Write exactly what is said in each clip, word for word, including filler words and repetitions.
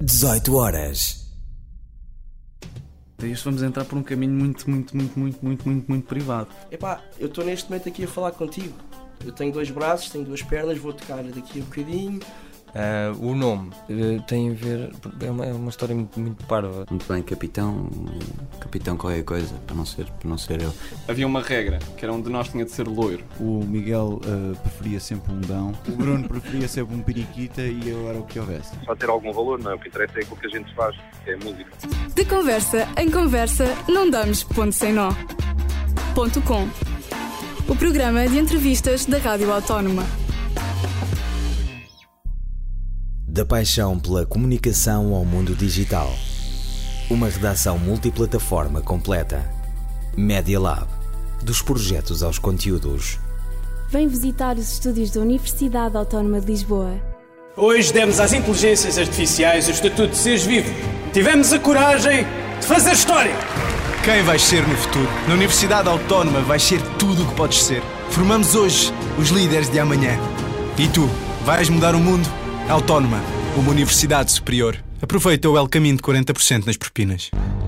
dezoito horas. Isto vamos entrar por um caminho muito, muito, muito, muito, muito, muito, muito privado. Epá, eu estou neste momento aqui a falar contigo. Eu tenho dois braços, tenho duas pernas, vou tocar daqui a um bocadinho. Uh, o nome uh, tem a ver. É uma, é uma história muito, muito parva. Muito bem, capitão. Capitão qualquer coisa, para não ser, para não ser eu. Havia uma regra, que era um de nós tinha de ser loiro. O Miguel uh, preferia sempre um Dão, o Bruno preferia sempre um periquita e eu era o que houvesse. Só ter algum valor, não é? O que interessa é aquilo que a gente faz, é a música. De conversa em conversa, não damos ponto sem nó. Ponto com. O programa de entrevistas da Rádio Autónoma. Da paixão pela comunicação ao mundo digital. Uma redação multiplataforma completa. Media Lab. Dos projetos aos conteúdos. Vem visitar os estúdios da Universidade Autónoma de Lisboa. Hoje demos às inteligências artificiais o estatuto de seres vivo. Tivemos a coragem de fazer história. Quem vais ser no futuro? Na Universidade Autónoma vais ser tudo o que podes ser. Formamos hoje os líderes de amanhã. E tu, vais mudar o mundo? Autónoma, uma universidade superior. Aproveita o El Caminho de quarenta por cento nas propinas.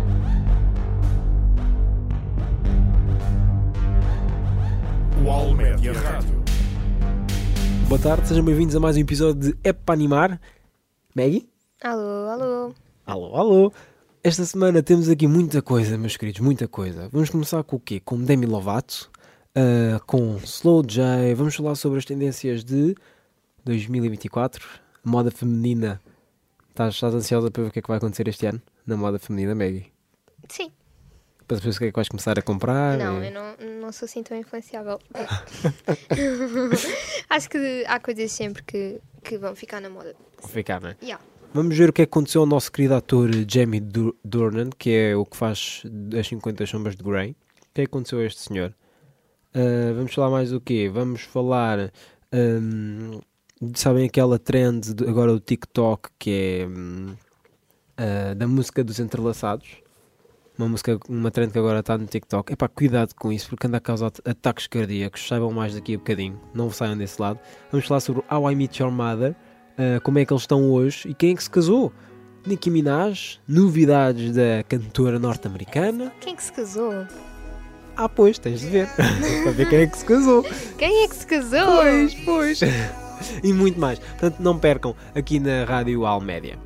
O Almédia Rádio. Boa tarde, sejam bem-vindos a mais um episódio de É para Animar. Maggie? Alô, alô. Alô, alô. Esta semana temos aqui muita coisa, meus queridos, muita coisa. Vamos começar com o quê? Com Demi Lovato, uh, com Slow J. Vamos falar sobre as tendências de dois mil e vinte e quatro. Moda feminina. Estás, estás ansiosa para ver o que é que vai acontecer este ano na moda feminina, Maggie? Sim. Para saber o que é que vais começar a comprar? Não, e... eu não, não sou assim tão influenciável. Acho que há coisas sempre que, que vão ficar na moda. Vão ficar, não é? Yeah. Vamos ver o que é que aconteceu ao nosso querido ator Jamie Dornan, que é o que faz as cinquenta sombras de Grey. O que é que aconteceu a este senhor? Uh, vamos falar mais do quê? Vamos falar... Um, sabem aquela trend de, agora do TikTok, que é um, uh, da música dos entrelaçados? Uma música, uma trend que agora está no TikTok. Epá, cuidado com isso, porque anda a causar ataques cardíacos. Saibam mais daqui a bocadinho, não saiam desse lado. Vamos falar sobre How I Met Your Mother, uh, como é que eles estão hoje e quem é que se casou. Nicki Minaj, novidades da cantora norte-americana. Quem é que se casou? Ah, pois, tens de ver. Para ver quem é que se casou. Quem é que se casou? Pois, pois. E muito mais. Portanto, não percam aqui na Rádio Almédia.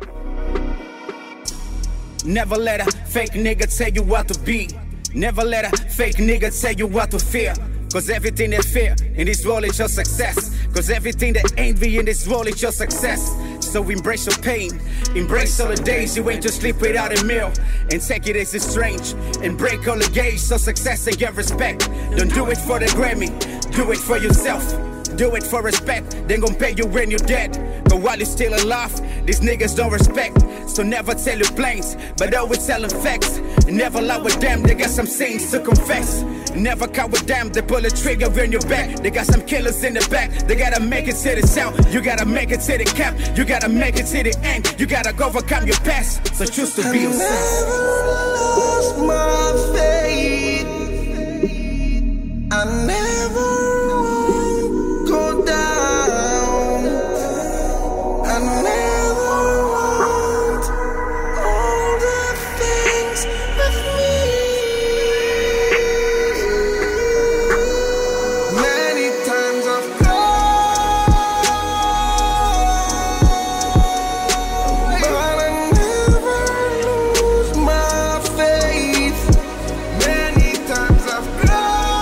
Never let a fake nigga tell you what to be. Never let a fake nigga tell you what to fear. Cause everything that's fair in this world is your success. Cause everything that envy in this world is your success. So embrace your pain. Embrace all the days you ain't to sleep without a meal. And take it as it's strange. And break all the gates so success and get respect. Don't do it for the Grammy. Do it for yourself. Do it for respect, then gon' pay you when you're dead. But while you're still alive, these niggas don't respect. So never tell your planes, but always tell them facts. Never lie with them, they got some sins to confess. Never caught with them, they pull a trigger in your back. They got some killers in the back, they gotta make it to the south. You gotta make it to the cap, you gotta make it to the end. You gotta go overcome your past, so choose to be yourself. I never lost my faith. I never go down. I never want all the things with me. Many times I've gone, but I never lose my faith. Many times I've gone.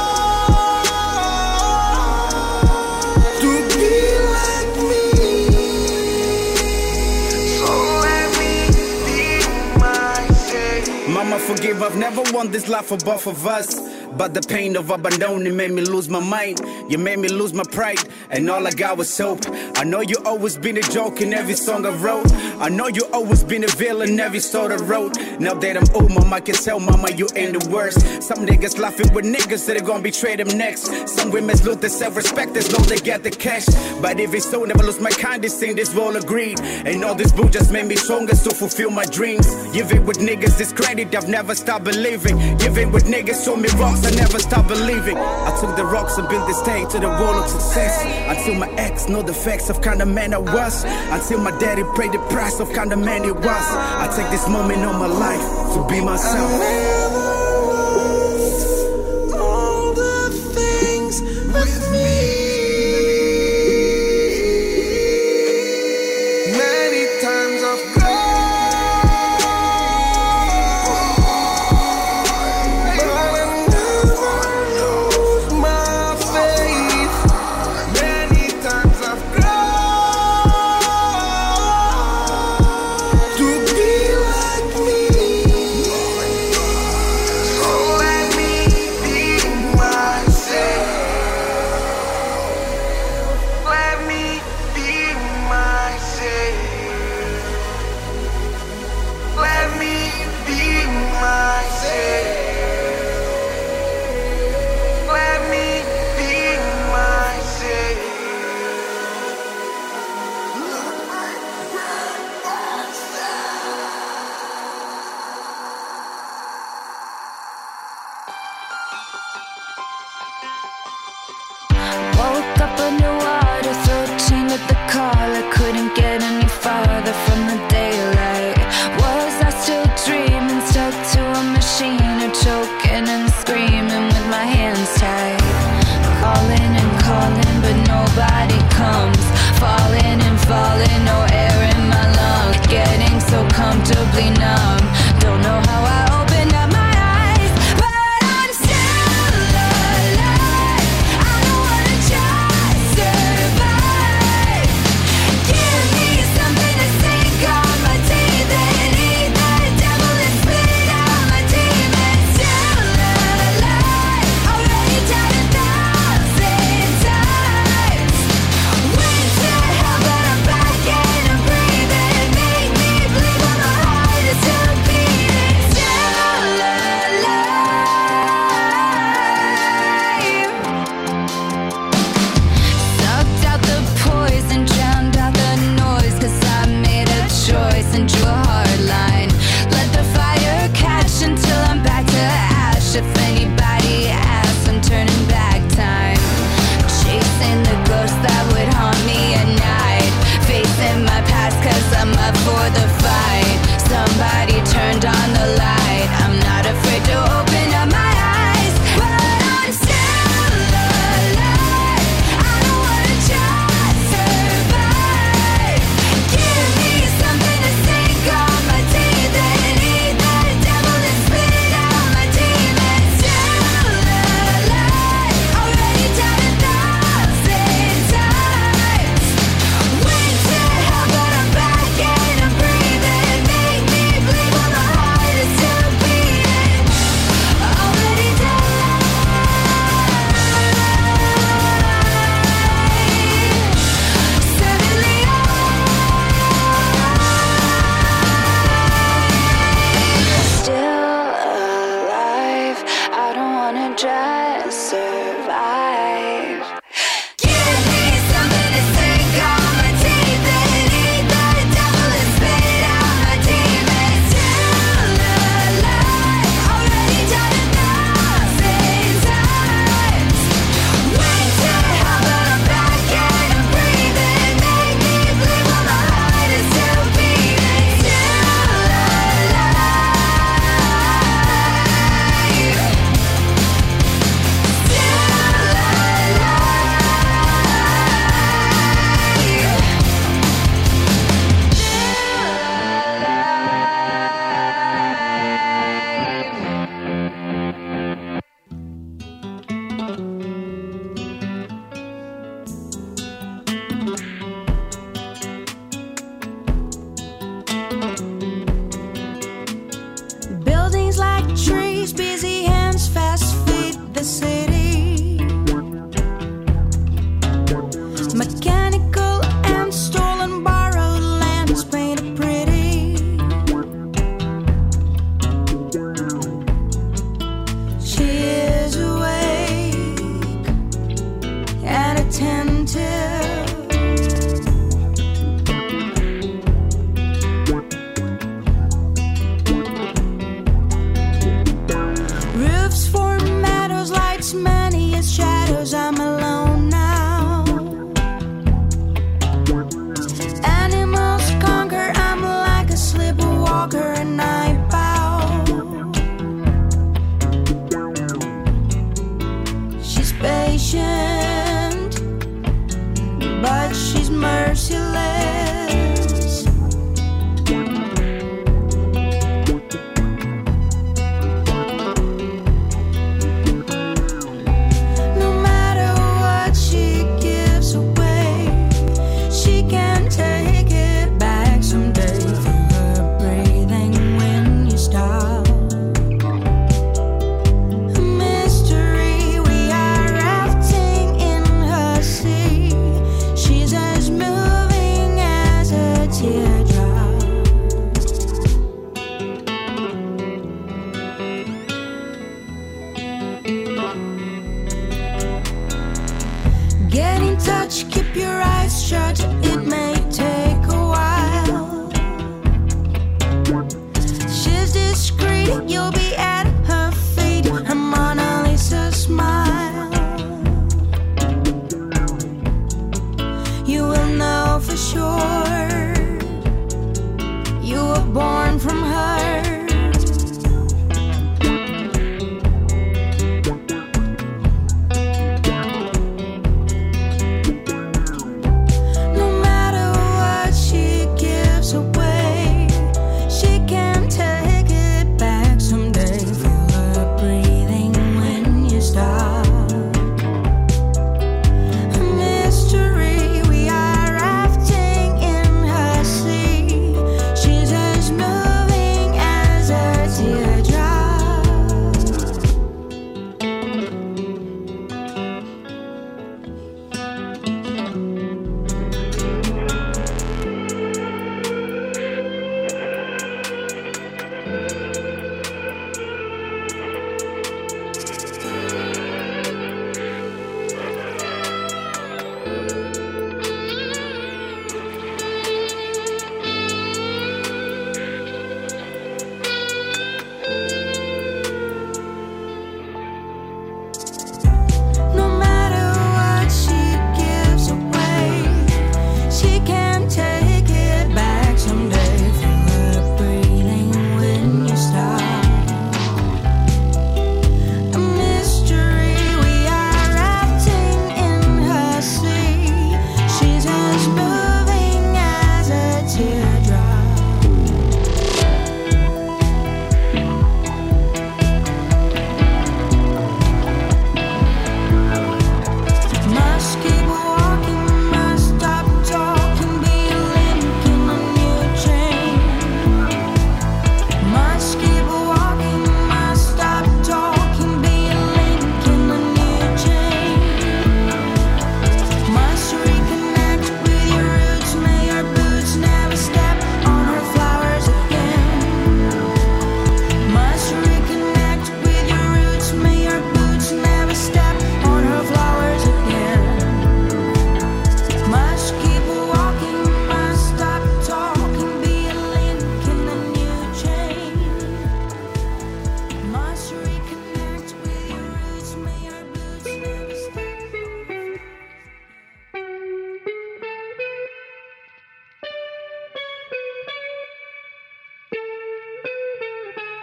Forgive, I've never won this life for both of us. But the pain of abandoning made me lose my mind. You made me lose my pride, and all I got was hope. I know you always been a joke in every song I wrote. I know you always been a villain in every story I wrote. Now that I'm old, mama can tell mama you ain't the worst. Some niggas laughing with niggas that are gonna betray them next. Some women lose their self-respect as long they get the cash. But if it's so, never lose my kind, this thing, this world agreed. And all this boo just made me stronger to fulfill my dreams. Giving with niggas discredit, I've never stopped believing. Giving with niggas show me rocks, I never stop believing. I took the rocks and built this stand. slave to the role of success. Until my ex know the facts of kind of man I was. Until my daddy paid the price of kind of man he was. I take this moment of my life to be myself. All the things with me. Breathe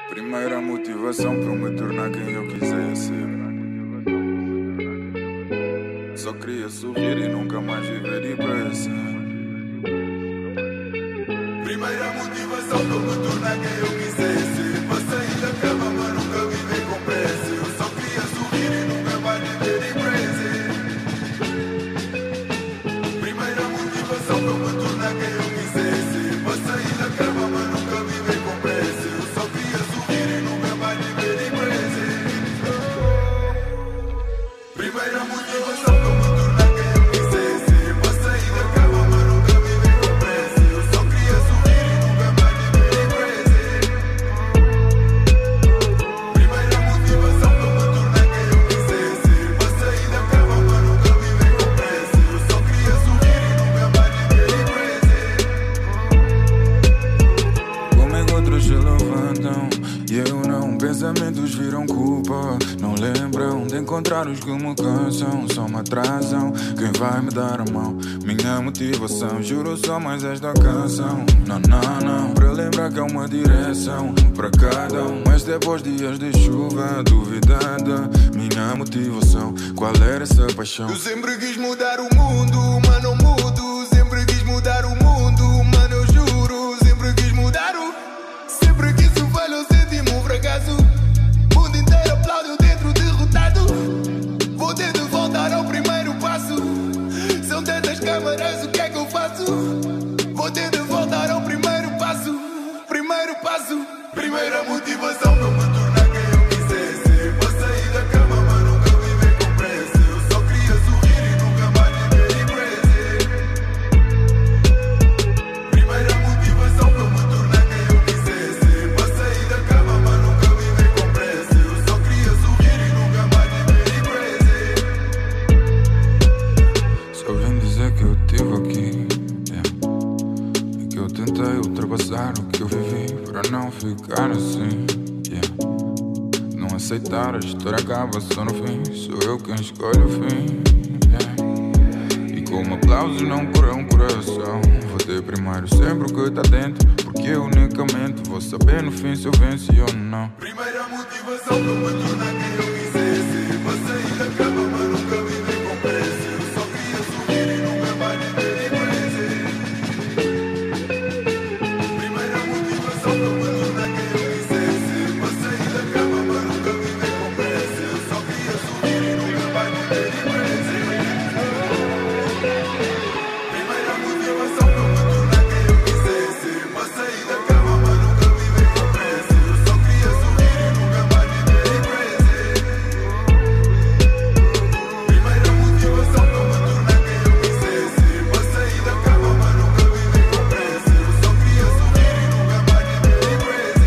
Primeira motivação para eu me tornar quem eu quiser ser. Só queria sorrir e nunca mais viver depressa. Primeira motivação para eu me tornar quem eu quiser ser. Para sair da cama mas nunca viver com pressa. Eu só queria sorrir e nunca mais viver depressa. Primeira motivação para eu me tornar quem eu quiser ser. Para sair da cama mas nunca viver com pressa. Eu só queria sorrir e nunca mais viver depressa. Primeira motivação para eu me tornar quem eu quiser ser. Para sair da cama mas nunca viver com pressa. Eu só queria sorrir e nunca mais viver depressa. Primeira motivação para eu me tornar quem eu quiser ser. Para sair da cama mas nunca viver com pressa. Eu só queria sorrir e nunca mais viver depressa. Comigo outros se levantam e eu não. Pensamentos viram culpa. Não lembram de encontrar os que me cansam. Só me atrasam. Quem vai me dar a mão? Minha motivação, juro só mais esta canção. Não, não, não. Para lembrar que é uma direção para cada um. Mas depois dias de chuva, duvidando. Minha motivação, qual era essa paixão? Eu sempre quis mudar o mundo, mas não mudo. Sempre quis mudar o mundo, mano, eu juro. Sempre quis mudar o. Sempre que isso falha, eu senti-me um fracasso. O mundo inteiro aplaude dentro derrotado. Vou ter de voltar ao primeiro passo. São tantas câmaras, o que é que eu faço? Vou ter de voltar ao primeiro passo. Primeiro passo. Primeira motivação para me tornar quem eu quiser ser. Para sair da cama mas nunca viver com pressa. Eu só queria sorrir e nunca mais viver depressa. Primeira motivação para me tornar quem eu quiser ser. Para sair da cama mas nunca viver com pressa. Eu só queria sorrir e nunca mais viver depressa. Só vim dizer que eu estive aqui, yeah. E que eu tentei ultrapassar o que eu vivi para não ficar assim, yeah. Não aceitar, a história acaba só no fim. Sou eu quem escolhe o fim, yeah. E como aplausos não cura um coração. Vou ter primeiro sempre o que está dentro. Porque eu unicamente vou saber no fim se eu venci ou não. Primeira motivação para me tornar quem eu quiser ser. Para sair da cama mas nunca viver com pressa. Eu só queria sorrir e nunca mais viver depressa. Primeira motivação para me tornar quem eu quiser ser. Para sair da cama mas nunca viver com pressa. Eu só queria sorrir e nunca mais viver depressa. Primeira motivação para me tornar quem eu quiser ser. Para sair da cama mas nunca viver com pressa. Eu só queria sorrir e nunca mais viver depressa. Primeira motivação para me tornar quem eu quiser ser. Para sair da cama mas nunca viver com pressa. Eu só queria sorrir e nunca mais viver depressa.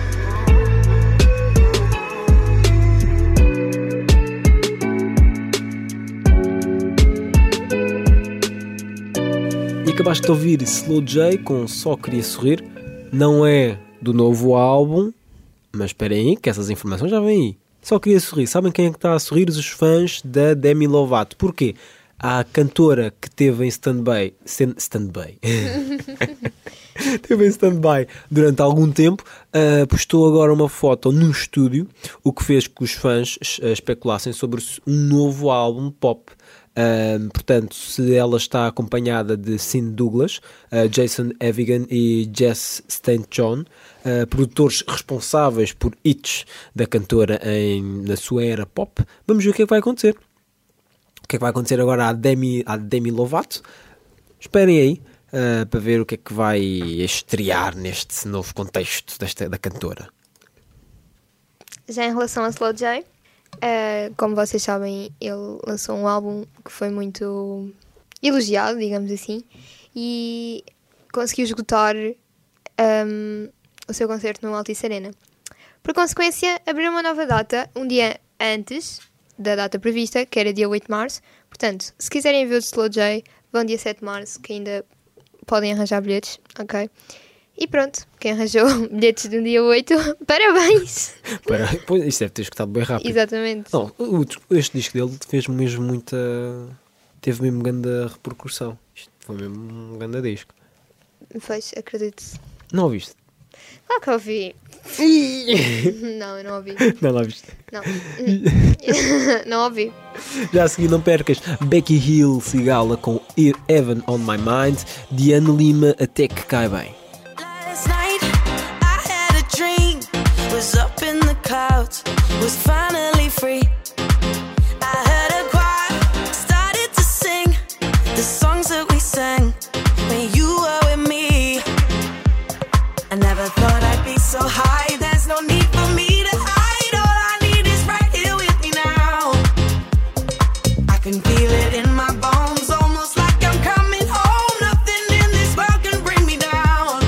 E acabaste de ouvir Slow J com Só Queria Sorrir. Não é do novo álbum, mas esperem aí que essas informações já vêm aí. Só Queria Sorrir. Sabem quem é que está a sorrir? Os fãs da Demi Lovato. Porquê? A cantora que teve em stand-by stand, stand-by teve em stand-by durante algum tempo, uh, postou agora uma foto num estúdio, o que fez que os fãs uh, especulassem sobre um novo álbum pop. Uh, portanto, se ela está acompanhada de Sean Douglas, uh, Jason Evigan e Jess Saint John, uh, produtores responsáveis por hits da cantora em, na sua era pop, vamos ver o que é que vai acontecer. O que é que vai acontecer agora à Demi, à Demi Lovato? Esperem aí uh, para ver o que é que vai estrear neste novo contexto desta, da cantora. Já em relação a Slow J, uh, como vocês sabem, ele lançou um álbum que foi muito elogiado, digamos assim, e conseguiu esgotar um, o seu concerto no Altice Arena. Por consequência, abriu uma nova data, um dia antes da data prevista, que era dia oito de março. Portanto, se quiserem ver o Slow J, vão dia sete de março, que ainda podem arranjar bilhetes, ok? E pronto, quem arranjou bilhetes de um dia oito, parabéns! Para, pois, isso deve ter escutado bem rápido. Exatamente. Não, este disco dele fez mesmo muita... teve mesmo grande repercussão. Isto foi mesmo um grande disco. Fez, acredito. Não ouviste? Claro que eu ouvi. Não, eu não ouvi. Não lá viste. Não. Não ouvi. Já a seguir não percas Becky Hill Cigala com Heaven on My Mind, Diana Lima Até Que Cai Bem. Last night I had a dream, was up in the clouds, was finally free. I heard a choir, started to sing the songs that we sang when you were with me. I never thought I'd be so high, there's no need for me to hide. All I need is right here with me now. I can feel it in my bones, almost like I'm coming home. Nothing in this world can bring me down.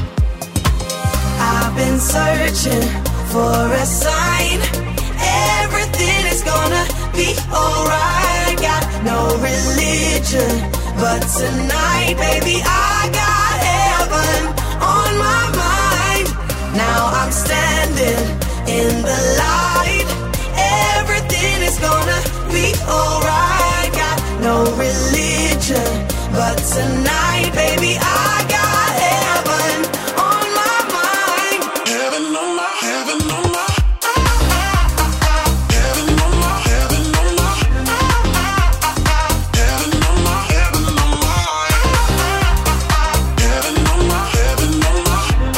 I've been searching for a sign, everything is gonna be alright. Got no religion, but tonight, baby, I got heaven on my mind. Now I'm standing in the light, everything is gonna be alright. Got no religion, but tonight, baby, I got heaven on my mind. Heaven on my, heaven on my, heaven on my, heaven on my, heaven on my, heaven on my, heaven on my, heaven on my,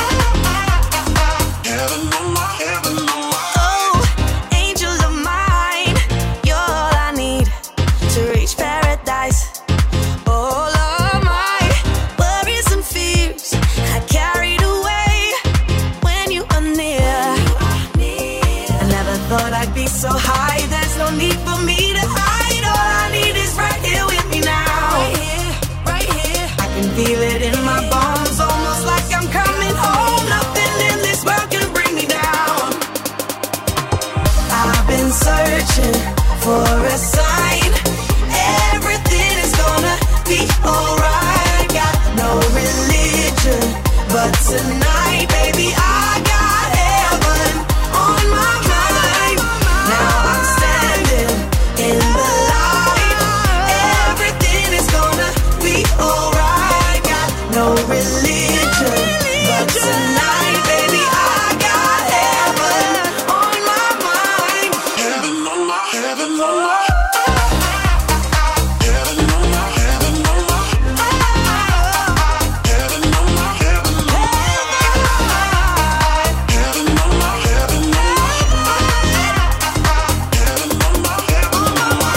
heaven on my, heaven on my. Oh, angel of mine, you're all I need to reach paradise. All of my worries and fears I carried away when you were near. I never thought I'd be so high, there's no need for me to hide. All I need is right here with me now. Right here, right here. I can feel it in my bones, almost like I'm coming home. Nothing in this world can bring me down. I've been searching for a sign, everything is gonna be alright. Got no religion, but tonight, baby, I got heaven on my mind. Now I'm standing in the light, everything is gonna be alright. Got no religion, but tonight, baby, I got heaven on my mind. Heaven on my, heaven on my, heaven on my, heaven on my, heaven on my, heaven on my, heaven on my, heaven on my, heaven on my, heaven on my.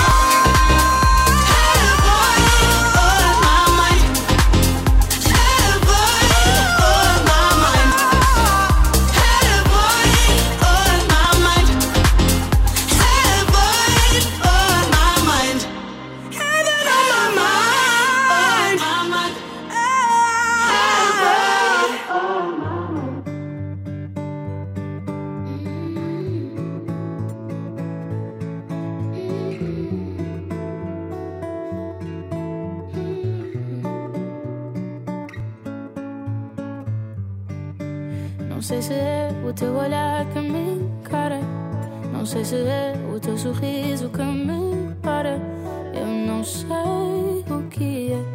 Não sei se é o teu olhar que me encara, não sei se é o teu sorriso que me para. Eu não sei o que é,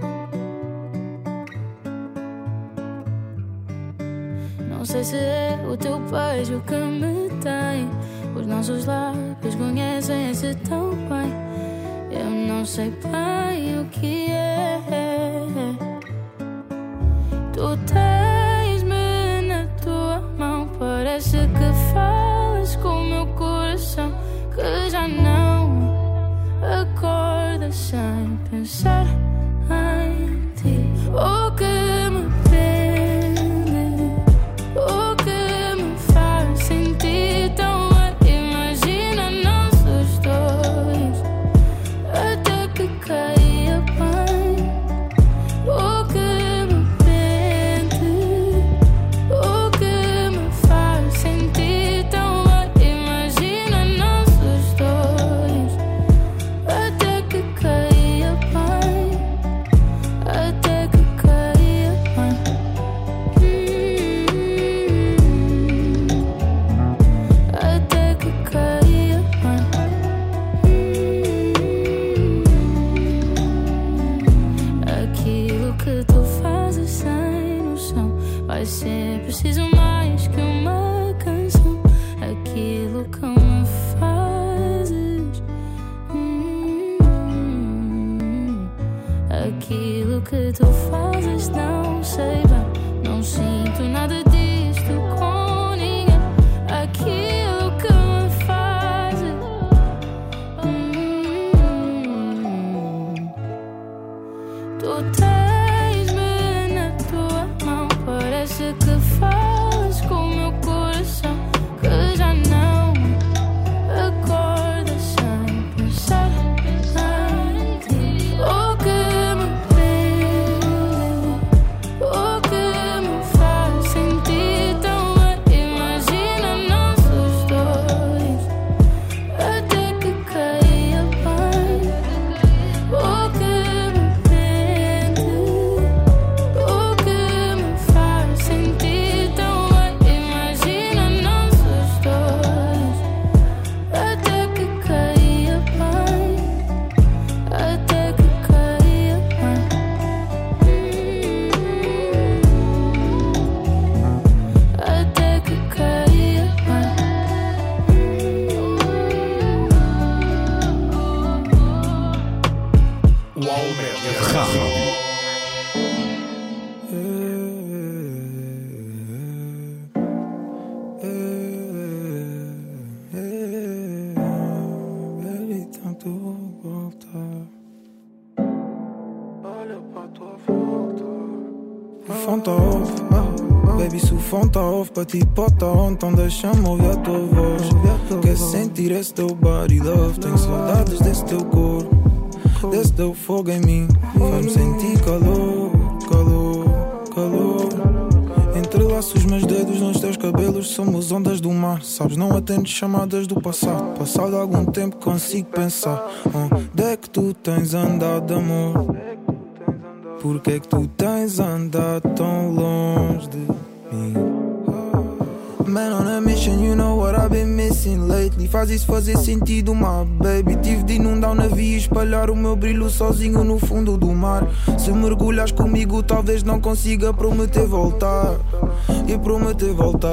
não sei se é o teu beijo que me tem. Os nossos lábios conhecem-se tão bem. Eu não sei bem o que é. Tu tens-me na tua mão, parece que falas com o meu coração, que já não acorda sem pensar em ti. O que me prende, o que me faz sentir tão bem. Imagina nossos dois até que caia bem. O que me prende, o que me faz sentir tão bem. Imagina nossos dois até que caia bem. vai ser preciso mais que uma canção. Aquilo que me fazes, hum, aquilo que tu fazes, não sei bem, não sinto nada disto com ninguém. Aquilo que me fazes, hum, tu tens-me na tua mão, parece que falas com o meu coração, que já não acorda sem pensar em ti. O que me prende, o que me faz sentir tão bem. Imagina nossos dois, até que caia bem. O que me prende, o que me faz sentir tão bem. Imagina nossos dois, até que caia bem, até que caia bem, até que caia bem. Uau Média Rádio. Baby, tanto volta. Olha pra tua volta. O fone tá off, ah. Baby, se o fone tá off, pra ti bota on, então deixa-me ouvir a tua voz. Quer sentir esse teu body love, tenho saudades desse teu corpo, desse teu fogo em mim. Faz-me sentir calor, calor, calor. Entrelaço os meus dedos nos teus cabelos, somos ondas do mar. Sabes, não atendo chamadas do passado. Passado algum tempo consigo pensar. Onde é que tu tens andado, amor? Por que é que tu tens andado tão longe de mim? Man on a mission, you know what I've been missing lately. Faz isso fazer sentido, my baby. Tive de inundar o navio e espalhar o meu brilho sozinho no fundo do mar. Se mergulhas comigo, talvez não consiga prometer voltar. E prometer voltar.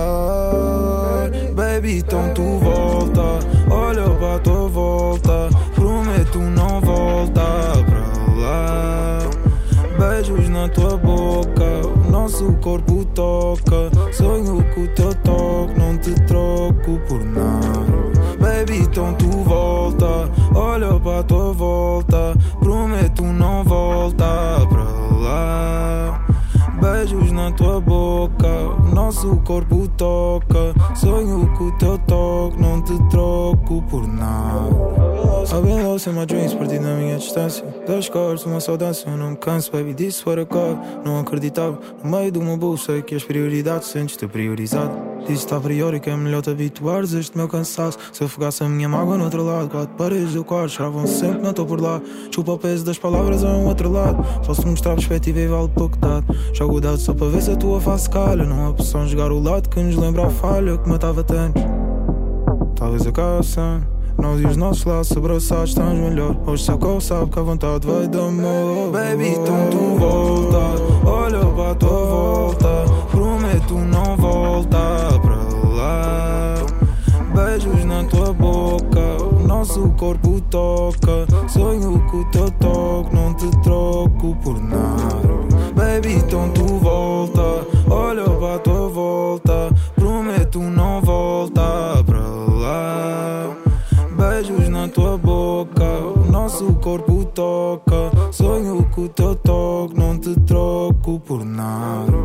Baby, então tu volta. Olha para a tua volta. Prometo não voltar para lá. Beijos na tua boca, o nosso corpo toca. Sonho com o teu toque, não te troco por nada. Baby, então tu volta, olha para a tua volta. Prometo não voltar para lá. Beijos na tua boca, o nosso corpo toca. Sonho com o teu toque, não te troco por nada. I've been lost in my dreams, perdido na minha distância. Dois cores, uma saudade, eu não me canso. Baby, disse what I got, não acreditava. No meio do meu bolso, sei que as prioridades sentes-te priorizado. Disse-te a priori que é melhor te habituares a este meu cansaço. Se eu afogasse a minha mágoa no outro lado, quatro paredes do quarto choravam sempre, não estou por lá. Desculpa o peso das palavras a um outro lado. Posso mostrar perspectiva e vale pouco dado. Jogo o dado só para ver se a tua face calha. Não há opção jogar o lado que nos lembra a falha que matava tantos. Talvez acabe sendo nós e os nossos laços abraçados estamos melhor. Hoje seu corpo sabe que a vontade vai de amor. Baby, então tu volta, olha para a tua volta. Prometo não voltar para lá. Beijos na tua boca, o nosso corpo toca. Sonho com o teu toque, não te troco por nada. Baby, então tu volta, olha para a tua volta. Prometo não voltar para lá. Beijos na tua boca, o nosso corpo toca. Sonho com o teu toque, não te troco por nada.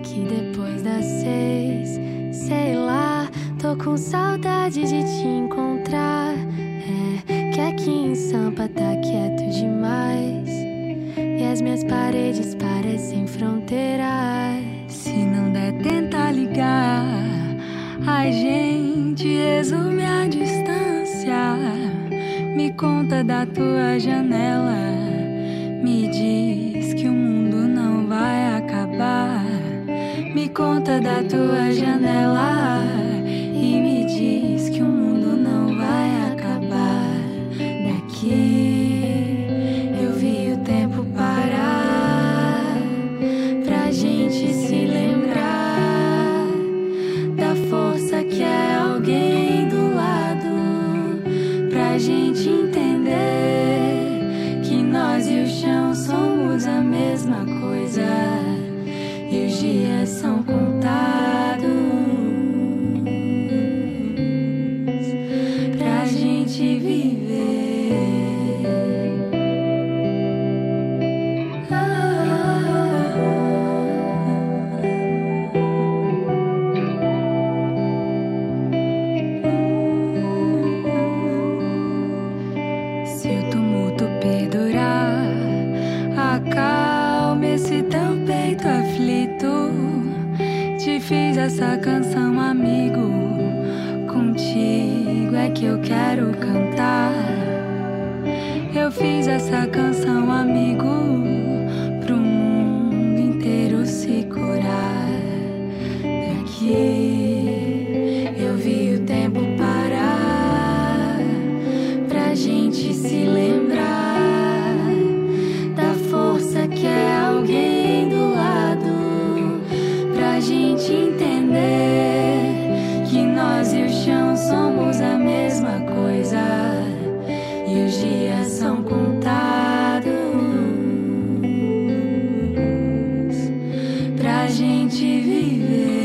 aqui depois das seis. Sei lá, tô com saudade de te encontrar. É que aqui em Sampa tá quieto demais e as minhas paredes parecem fronteiras. Se não der, tenta ligar. A gente resume a distância. Me conta da tua janela. Me diz que o mundo não vai acabar. Me conta da tua janela e me diz que o mundo não vai acabar. Daqui eu vi o tempo parar pra gente se lembrar da força que é alguém do lado, pra gente entender que nós e o chão somos a mesma coisa. E os dias são contados pra gente viver. Ah, se o tumulto perdurar, acalme esse teu peito aflito. Te fiz essa canção, amigo. Contigo é que eu quero cantar. Eu fiz essa canção, amigo, pro mundo inteiro se curar. Daqui eu vi o tempo parar pra gente se lembrar da força que é alguém do lado, pra gente entender que nós e o chão somos a mesma coisa. E os dias são contados pra gente viver.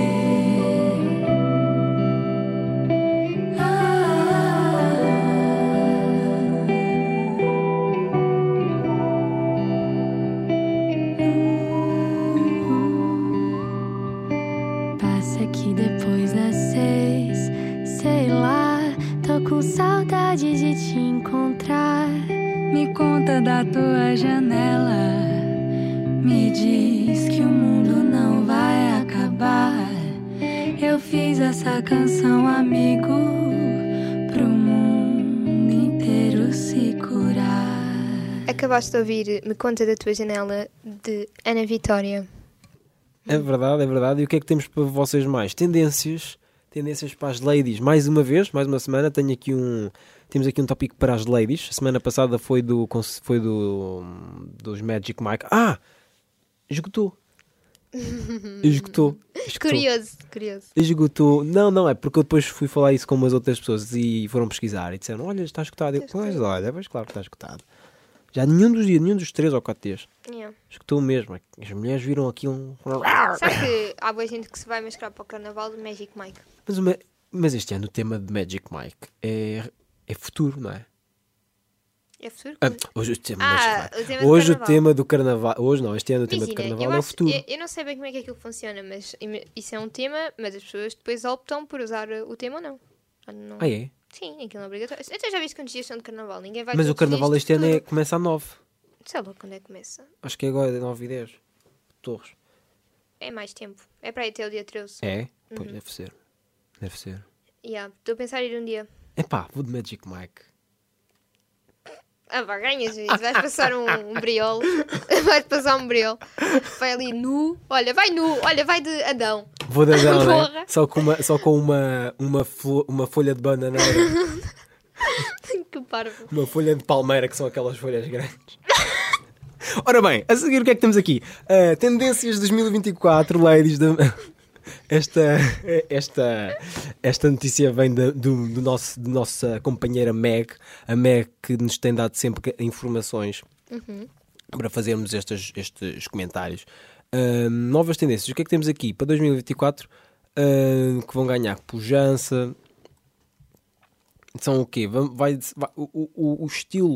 Passa aqui depois das seis. Sei lá, tô com saudade de te encontrar. Me conta da tua janela. Me diz que o mundo não vai acabar. Eu fiz essa canção, amigo, pro mundo inteiro se curar. Acabaste de ouvir Me Conta da Tua Janela, de Ana Vitória. É verdade, é verdade. E o que é que temos para vocês mais? Tendências, tendências para as ladies. Mais uma vez, mais uma semana, tenho aqui um, temos aqui um tópico para as ladies. A semana passada foi do, foi do dos Magic Mike. Ah! Esgotou. Esgotou. Esgotou. Curioso, curioso. Esgotou. Não, não, é porque eu depois fui falar isso com umas outras pessoas e foram pesquisar e disseram, olha, está esgotado. Eu, pois, olha, pois claro que está esgotado. Já nenhum dos dias, nenhum dos três ou quatro dias. Yeah. Esgotou mesmo. As mulheres viram aqui um... Sabe que há boa gente que se vai mascarar para o carnaval do Magic Mike. Mas, uma, mas este ano o tema de Magic Mike é, é futuro, não é? É futuro? Ah, hoje o tema, ah, o tema hoje do o tema do carnaval. Hoje não, este ano o tema Imagina, do carnaval eu é o acho, futuro. Eu, eu não sei bem como é que aquilo funciona, mas isso é um tema, mas as pessoas depois optam por usar o tema ou não. não... Ah, é? Sim, aquilo é obrigatório. Até já viste quantos dias são de carnaval? Ninguém vai Mas o carnaval este ano é, começa a nove. Sei lá quando é que começa. Acho que é agora, nove e dez. Torres. É mais tempo. É para ir até o dia treze. É? Uhum. Pois, deve ser. Deve ser. Yeah, estou a pensar em ir um dia. Epá, vou de Magic Mike. Ah, pá, ganhas, gente. Vais passar um, um briol. Vais passar um briol. Vai ali nu. Olha, vai nu. Olha, vai de Adão. Vou de Adão, né? Só com uma, só com uma, uma, fo- uma folha de bananeira. Que parvo. Uma folha de palmeira, que são aquelas folhas grandes. Ora bem, a seguir o que é que temos aqui? Uh, tendências de dois mil e vinte e quatro, ladies. De... Esta, esta, esta notícia vem de, do, do nosso, da nossa companheira Meg. A Meg que nos tem dado sempre informações uhum. para fazermos estes, estes comentários. Uh, novas tendências. O que é que temos aqui para dois mil e vinte e quatro? Uh, que vão ganhar pujança. São o quê? Vai, vai, o, o, o estilo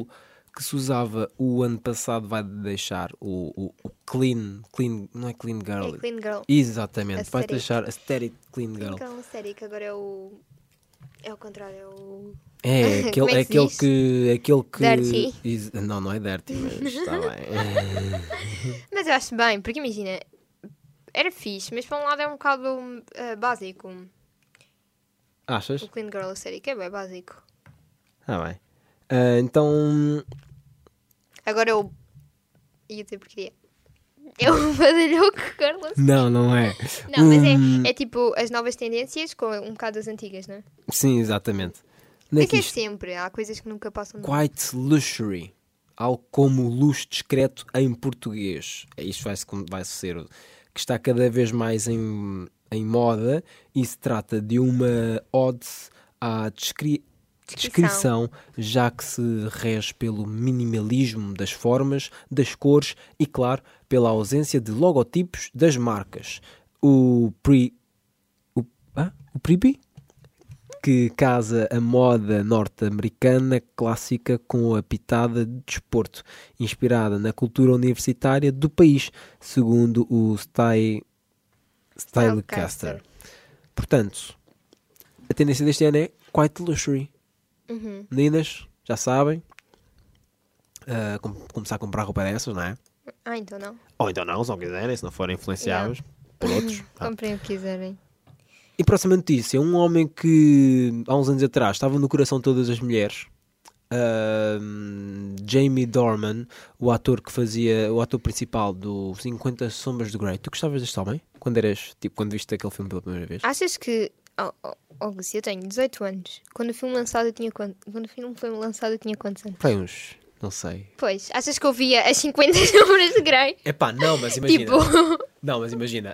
que se usava o ano passado vai deixar o, o, o clean, clean, não é clean girl? É clean girl. Exatamente, vai Aesthetic. deixar aesthetic clean girl. Clean girl aesthetic, agora é o... É o contrário, é o... É, aquele, Como é é que se aquele diz? que. Aquele que Dirty. Is- não, não é dirty, mas está bem. Mas eu acho bem, porque imagina, era fixe, mas para um lado é um bocado uh, básico. Achas? O Clean Girl aesthetic é bem básico. Ah, bem. Ah, então. Agora eu ia dizer porquê. É um badalhoco Girl aesthetic. Não, não é. Não, mas Hum, é, é tipo as novas tendências com um bocado das antigas, não é? Sim, exatamente. Onde é Isso que é isto? sempre, há coisas que nunca passam de Quite luxury. Algo como luxo discreto em português. É isto vai, vai ser. Que está cada vez mais em, em moda e se trata de uma ode à descri- descrição, já que se rege pelo minimalismo das formas, das cores e, claro, pela ausência de logotipos das marcas. O pre... O, ah? o Preppy? Que casa a moda norte-americana clássica com a pitada de desporto, inspirada na cultura universitária do país, segundo o Sty... Stylecaster. Portanto, a tendência deste ano é quite luxury. Uhum. Meninas, já sabem, ah, com- começar a comprar roupa dessas, não é? Ah, então não. Ou então não, se não quiserem, se não forem influenciáveis por outros. Ah. Comprem o que quiserem. E próxima notícia, um homem que há uns anos atrás estava no coração de todas as mulheres, ahm, Jamie Dornan, o ator que fazia, o ator principal do cinquenta Sombras de Grey. Tu gostavas deste homem? Quando eras, tipo, quando viste aquele filme pela primeira vez? Achas que... Oh, oh, oh, Gus, eu tenho dezoito anos. Quando o filme lançado eu tinha quanto? Quando o filme foi lançado eu tinha quantos anos? Foi uns, não sei. Pois, achas que eu via as cinquenta Sombras de Grey? Epá, não, mas imagina. Tipo... Não, mas imagina.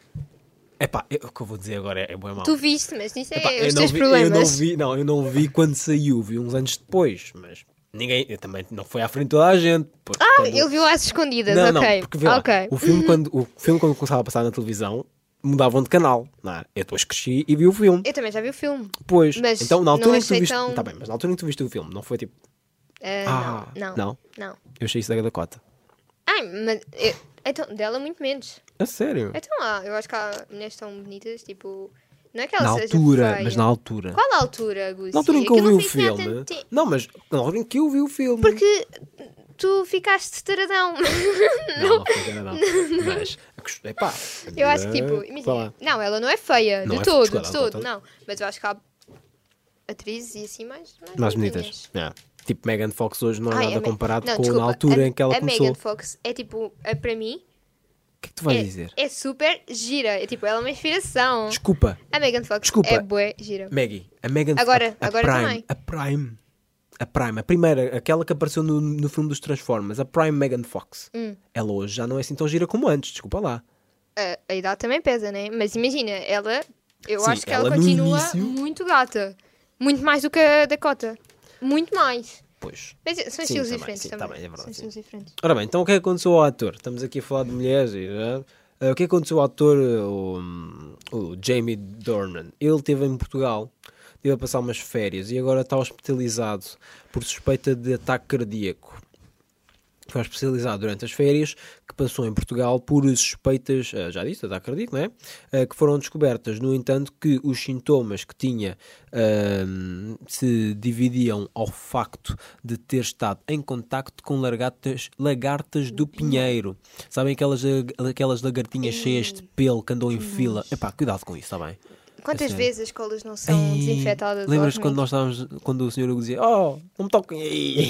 Epá, eu- o que eu vou dizer agora é, é bem mau. Tu viste, mas isso é Epá, eu os não teus vi, problemas. Eu não vi, não, eu não vi quando saiu, vi uns anos depois, mas ninguém, eu também não foi à frente de toda a gente. porque Ah, quando- ele viu às escondidas, Não, ok. não, porque vê lá, Ok. o, filme quando, o filme quando começava a passar na televisão, mudavam de canal, não é? Eu depois cresci e vi o filme. Eu também já vi o filme. Pois, Mas então na altura não em que tu achei viste, tão- tá bem, mas na altura em que tu viste o filme, não foi tipo, Ah, ah, não, não, não, não. eu achei isso da Dakota. Ai, mas... eu- então, dela muito menos. A sério? Então, ah, eu acho que há mulheres tão bonitas, tipo... Não é que ela Na seja altura, feia. mas na altura. Qual a altura, Gusi? Na altura em que eu Aquilo vi não o sei se tinha filme. tanto tempo. Não, mas na altura em que eu vi o filme. Porque tu ficaste taradão. Não, não foi taradão. Mas, epá. Eu acho que, tipo, Vá imagina, lá. não, ela não é feia, Não de é todo, feia, de desculpa, todo, não, não. Mas eu acho que há atrizes e assim mais... Mais, Mais bonitinhas. bonitas. Yeah. Tipo, Megan Fox hoje não é Ai, nada a Me- comparado não, com desculpa, na altura a, em que ela a começou. Megan Fox é tipo, é, para mim... O que é que tu vais é, dizer? É super gira, é tipo, ela é uma inspiração. Desculpa. A Megan Fox Desculpa. é bué gira. Maggie, a Megan Agora- a, a agora Prime, também. A Prime. A Prime, a primeira, aquela que apareceu no, no filme dos Transformers, a Prime Megan Fox. Hum. Ela hoje já não é assim tão gira como antes, desculpa lá. A, a idade também pesa, né? Mas imagina, ela... Eu Sim, acho que ela, ela no continua início- muito gata. Muito mais do que a Dakota. Muito mais. Pois. Mas são Sim, estilos também, diferentes sim, também. também, é verdade, São sim. estilos diferentes. Ora bem, então o que é que aconteceu ao ator? Estamos aqui a falar de mulheres e já. Uh, o que é que aconteceu ao ator, o, o Jamie Dornan? Ele esteve em Portugal, esteve a passar umas férias e agora está hospitalizado por suspeita de ataque cardíaco. Foi hospitalizado durante as férias, que passou em Portugal por suspeitas, uh, já disse, de ataque cardíaco, não é? Uh, que foram descobertas. No entanto, que os sintomas que tinha uh, se dividiam ao facto de ter estado em contacto com lagartas, lagartas do Pinheiro. Sabem aquelas, aquelas lagartinhas cheias de pelo que andam em fila? Epá, cuidado com isso, está bem? Quantas É sério. vezes as escolas não são Ei, desinfetadas? Lembras aos quando nós estávamos, quando o senhor dizia, oh, não me toquem aí.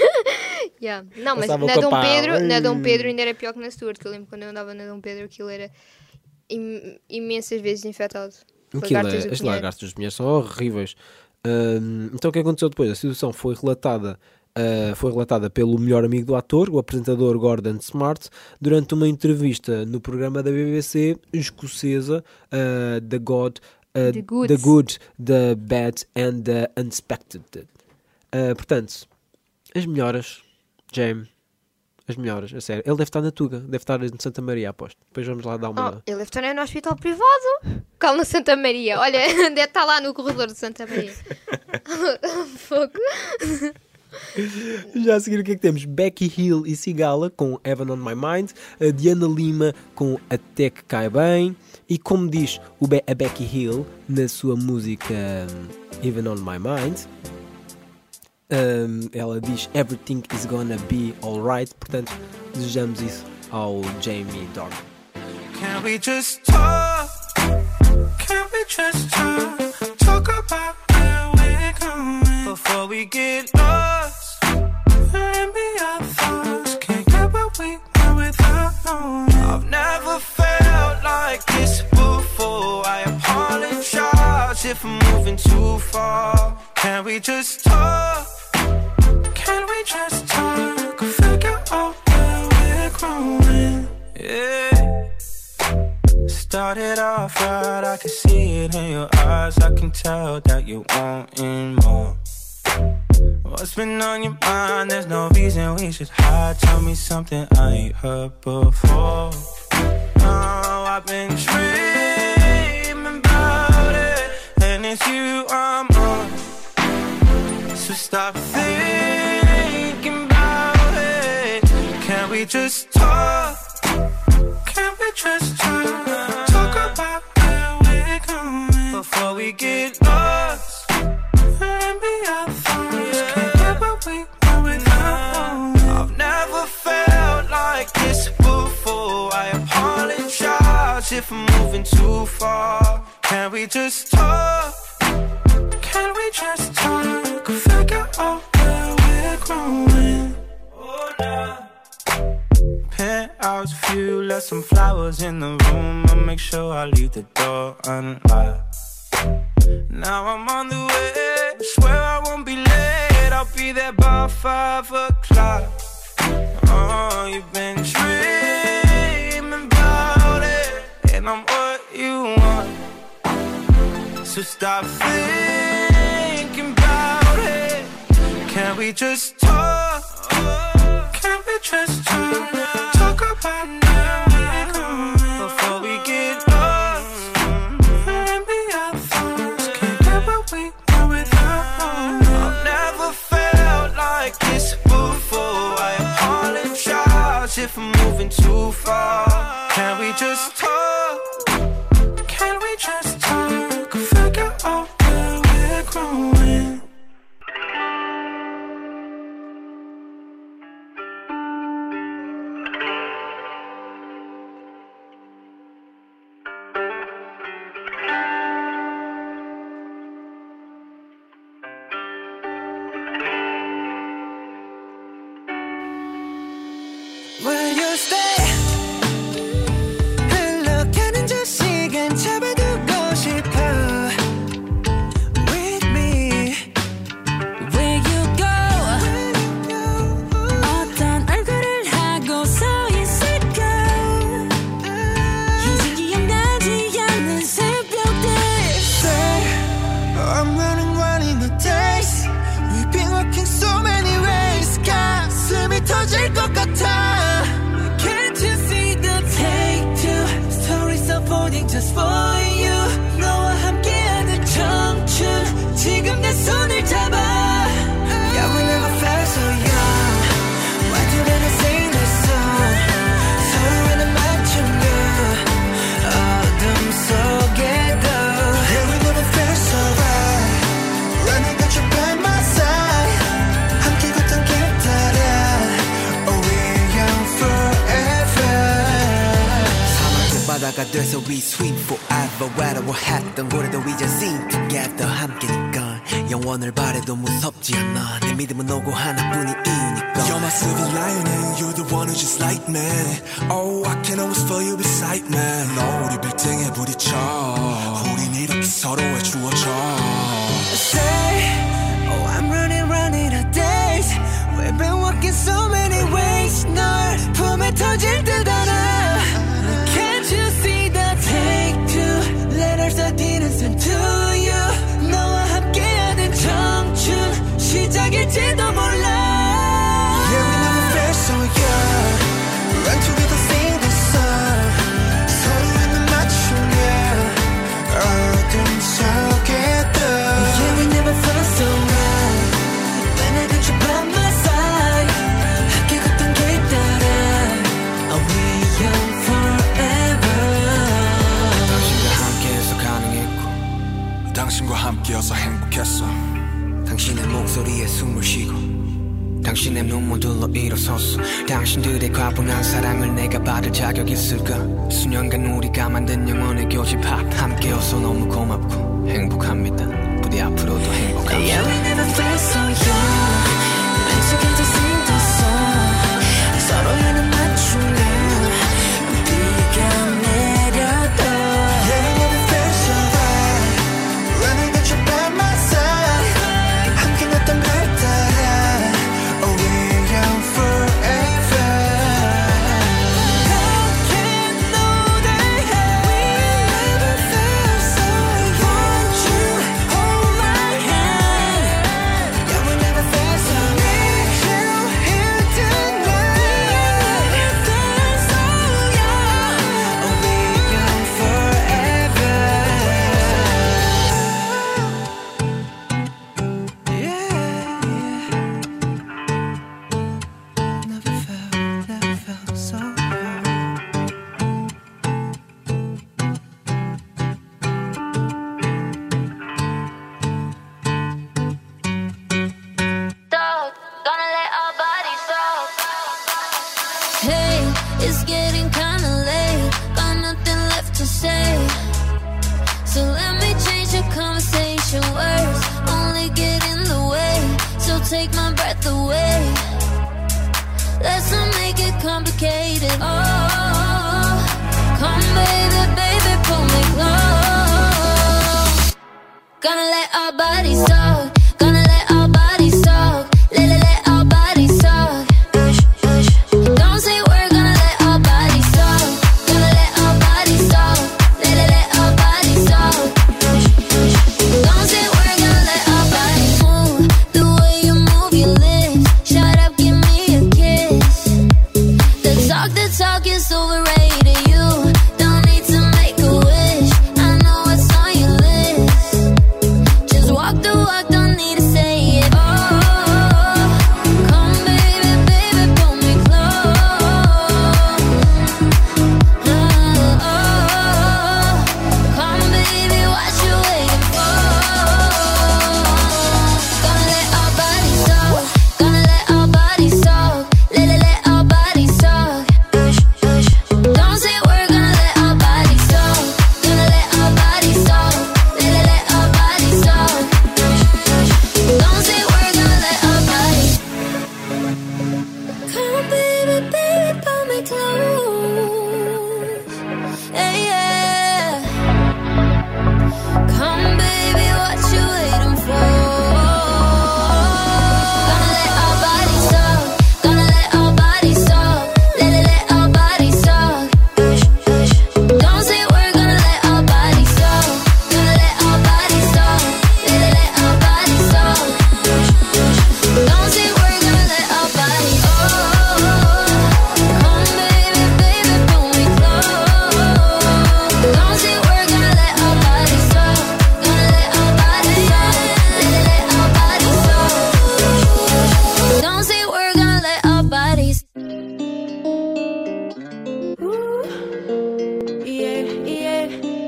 Yeah. Não, mas Passava o na Dom, capão. Pedro, na Dom Ei. Pedro ainda era pior que na Stuart, que eu lembro quando eu andava na Dom Pedro aquilo era im- imensas vezes infectado. Aquilo Lagartas é, do as Pinheiro. lagartas dos Pinheiros são horríveis. Hum, então o que aconteceu depois? A situação foi relatada, uh, foi relatada pelo melhor amigo do ator, o apresentador Gordon Smart, durante uma entrevista no programa da B B C escocesa, uh, The God, uh, The Good. The Good, The Bad and The Unexpected. Uh, portanto, as melhoras, James, as melhoras, a sério. Ele deve estar na Tuga, deve estar em Santa Maria, aposto. Depois vamos lá dar uma... Oh, ele deve estar no hospital privado. Calma, Santa Maria. Olha, deve estar lá no corredor de Santa Maria. Fogo. Já a seguir o que é que temos? Becky Hill e Sigala com Heaven on My Mind, a Diana Lima com Até Que Cai Bem, e como diz o Be- a Becky Hill na sua música um, Even on My Mind, um, ela diz Everything is gonna be alright, portanto desejamos isso ao Jamie Dornan. Can we just talk? Can we just talk? Talk about where we're going before we get lost. Let me our thoughts. Can't get what we want without knowing. I've never felt like this before. I apologize if I'm moving too far. Can we just talk? Can we just talk? Figure out where we're growing. Yeah. Started off right, I can see it in your eyes. I can tell that you're wanting more. What's been on your mind? There's no reason we should hide. Tell me something I ain't heard before. Oh, I've been dreaming about it, and it's you I'm on. So stop thinking about it. Can we just talk? Can we just talk? Talk about where we're going before we get lost. Let me our thoughts. Can't get what we want without knowing. I've never felt like this before. I apologize if I'm moving too far. Can we just talk? Can we just talk? Figure out where we're growing. Oh, nah. Penthouse view, left some flowers in the room. I'll make sure I leave the door unlocked. Now I'm on the way, swear I won't be late. I'll be there by five o'clock. Oh, you've been dreaming about it, and I'm what you want. So stop thinking about it. Can we just talk? Can we just talk? Talk about where we're going before we get lost. Let me our thoughts. Can't get what we want without knowing. I've never felt like this before. I apologize if I'm moving too far. Can we just talk? Can we just talk? Figure out where we're growing. Will you stay? 흘러가는 저 시간 잡아두고 싶어. With me. Where you go? 어떤 얼굴을 하고 서 있을까? 이제 기억나지 않는 새벽들. Say, I'm running, running the days. We've been walking so many ways. 가슴이 터질 것 같아. Just for you 너와 함께하는 청춘 지금 내 손을 잡아 Yeah, we never felt so young. Why did I sing this song? 서로에는 맞추며 어둠 속에도 Yeah, we never felt so right. Running with you by my side. 함께 걷던 길 따라 Oh, we're young forever. 사막도 바다가 돼서 we swim forever. 외로워했던 우리도 이제 sing together. 함께니까 영원을 바래도 무섭지 않아. 내 믿음은 오고 하나뿐인 이유니까. You're my silver lining. You're the one who just like me. Oh, I can always feel you beside me. 너 우리 빌딩에 부딪혀. 우린 이렇게 서로의 주어져. Say, oh, I'm running, running out days. We've been walking so many ways. 널 품에 터질 듯 알아. Can't you see the take two letters I didn't send to you 너와 함께하는 청춘 시작일지도 몰라 Yeah, we never felt so young. Run together, sing this song. 서로에는 맞추며 어둠 속에도 Yeah, we never felt 내 눈물들로 일어섰어. 당신들의 과분한 사랑을 내가 받을 자격 있을까? 수년간 우리가 만든 영원의 교집합 함께여서 너무 고맙고 행복합니다. 부디 앞으로도 행복합시다. Yeah, we never felt so young. 익숙한 듯 생겼어. 서로에는 맞추며 비가 내려도 Yeah, we never felt so right. When I got you by my side. 함께 났던 날 따라 Oh, we're young forever. How can know that we never felt so young? Won't you hold my hand? Yeah, we never felt so young. Need you here tonight. We never felt so young. Oh, we're young forever. Yeah, never felt, never felt so young. Talk, gonna let our bodies talk. Hey, it's getting kinda late. Got nothing left to say. So let me change the conversation. Words only get in the way. So take my breath away. Let's not make it complicated. Oh, come baby, baby, pull me close. Gonna let our bodies talk. Gonna let our bodies talk. Let, let, let our bodies talk. Don't say we're gonna let our bodies talk. Gonna let our bodies talk. Let, let, let our bodies talk. Don't say we're gonna let our bodies move. The way you move your lips. Shut up, give me a kiss. The talk, the talk is overrated. You don't need to make a wish. I know what's on your list. Just walk the walk, don't need to say it. Oh, come baby, baby, pull me close. Oh, come baby, what you waiting for? Gonna let our bodies talk. Gonna let our bodies talk. Let, let, let our bodies talk. Don't say we're gonna let our bodies talk. Gonna let our bodies talk. Let, let, let our bodies talk. Don't say we're gonna let our bodies. Come baby, baby, pull me close. Hey, yeah. Come baby, what you waiting for? Gonna let our bodies talk. Gonna let our bodies talk. Let, let, let our bodies talk. Don't say we're gonna let our bodies talk. Gonna let our bodies talk. Let, let, let our bodies talk. Don't say we're gonna let our bodies. Oh, come baby, baby, pull me close. Don't say we're gonna let our bodies talk. Gonna let our bodies talk. Let, let, let our bodies talk. Don't say we're gonna let our bodies. Yeah, yeah.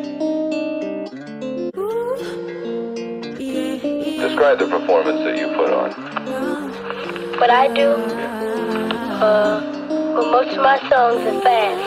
Describe the performance that you put on. What I do, uh, well, most of my songs are fast.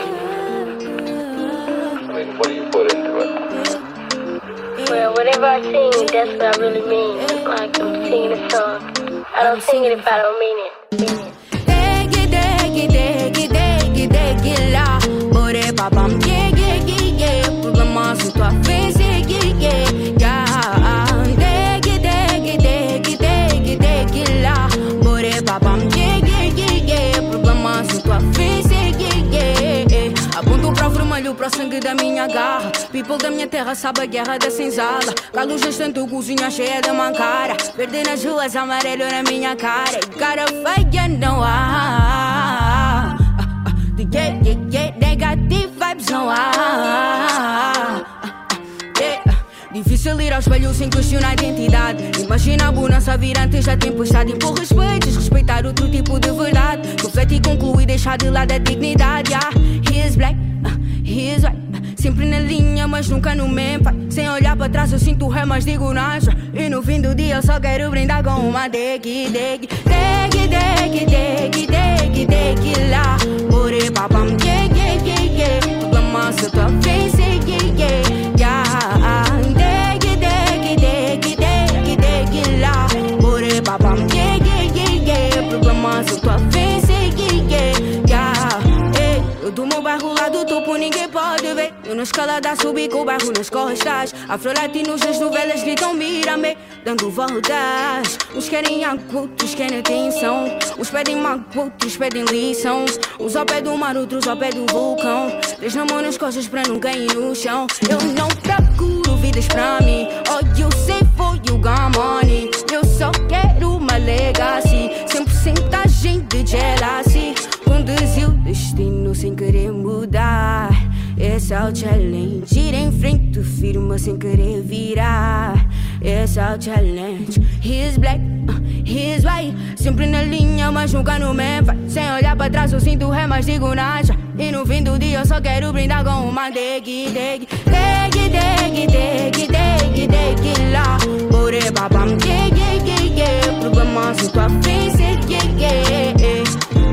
I mean, what do you put into it? Well, whatever I sing, that's what I really mean. Like I'm singing a song. I don't sing it if I don't mean it. Degi, degi, degi, degi, degi lá. Ore babam, yeah, yeah, yeah, yeah. Problemas em tua frente, yeah, yeah, yeah. Degi, degi, degi, degi, degi lá. Ore babam, yeah, yeah, yeah, yeah. Problemas em tua frente, yeah, yeah. Aponto para o vermelho, para o sangue da minha garra. People da minha terra sabe a guerra da senzala. Galo gestante, cozinha cheia de mancara. Verde nas ruas, amarelo na minha cara. E cara feia não há. Yeah, yeah, yeah, negative vibes não há. Yeah. Difícil ir ao espelho sem questionar a identidade. Imagina a bonança vir antes da tempestade. Impor respeito, desrespeitar outro tipo de verdade. Refletir, concluir, deixar de lado a dignidade. Yeah. He is black, uh, he is white. Sempre na linha, mas nunca no mempa. Sem olhar para trás eu sinto ré, mas digo nada. E no fim do dia eu só quero brindar com uma deg, deg, deg, deg, deg, deg, deg, lá. More papam, yeah, yeah, yeah, yeah. Problema se tua face, yeah, yeah, yeah. Deg, deg, deg, deg, deg, lá. More papam, yeah, yeah, yeah, yeah. Problema se tua face, yeah, yeah, yeah. Ei, eu do meu bairro lá do topo ninguém pode ver. Eu na escalada subi com o bairro nas costas. Afro-latinos nas novelas gritam mira-me, dando voltas. Uns querem água, outros querem atenção. Uns pedem mágoa, outros pedem lição. Uns ao pé do mar, outros ao pé do vulcão. Três na mão nas costas pra não cair no chão. Eu não procuro vidas pra mim. All you say for you got money. Eu só quero uma legacy. Sem porcentagem de jealousy. Conduzi o destino sem querer mudar. Esse é o challenge. Ir em frente, firma sem querer virar. Esse é o challenge. He's black, uh, he's white. Sempre na linha, mas nunca no mempa. Sem olhar para trás eu sinto ré, mas digo nada. E no fim do dia eu só quero brindar com uma deg, deg, deg, deg, deg, deg, deg, lá. Bore babam, yeah, yeah, yeah, yeah. Problema se tua face, yeah, yeah, yeah.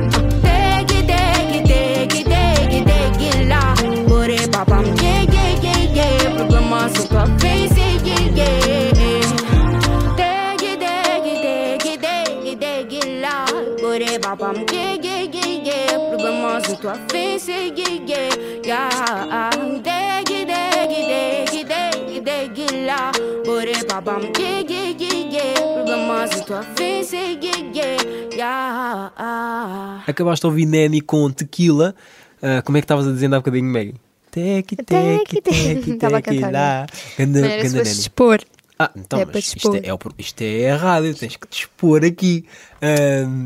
Deg, deg, deg, deg, deg, lá. Bore babam, yeah, yeah, yeah, yeah. Problema se tua face, yeah, yeah, yeah. Deg, deg, deg, deg, deg, lá. Bore babam, yeah, yeah, yeah, yeah. Problema se tua face, yeah, yeah, yeah. Deg, deg, deg, deg, deg, lá. Bore babam, yeah, yeah, yeah, yeah. Problema se tua face, yeah, yeah, yeah. Acabaste de ouvir Nanny com Tequila. Uh, como é que estavas a dizer há bocadinho, Maggie? Tequi, tequi, tequi, tequi, lá. Ganda, Não era ganda se fosse Nanny. dispor. Ah, então, É mas para isto dispor. é, é o pro- isto é a rádio, tens que dispor aqui. Ahm,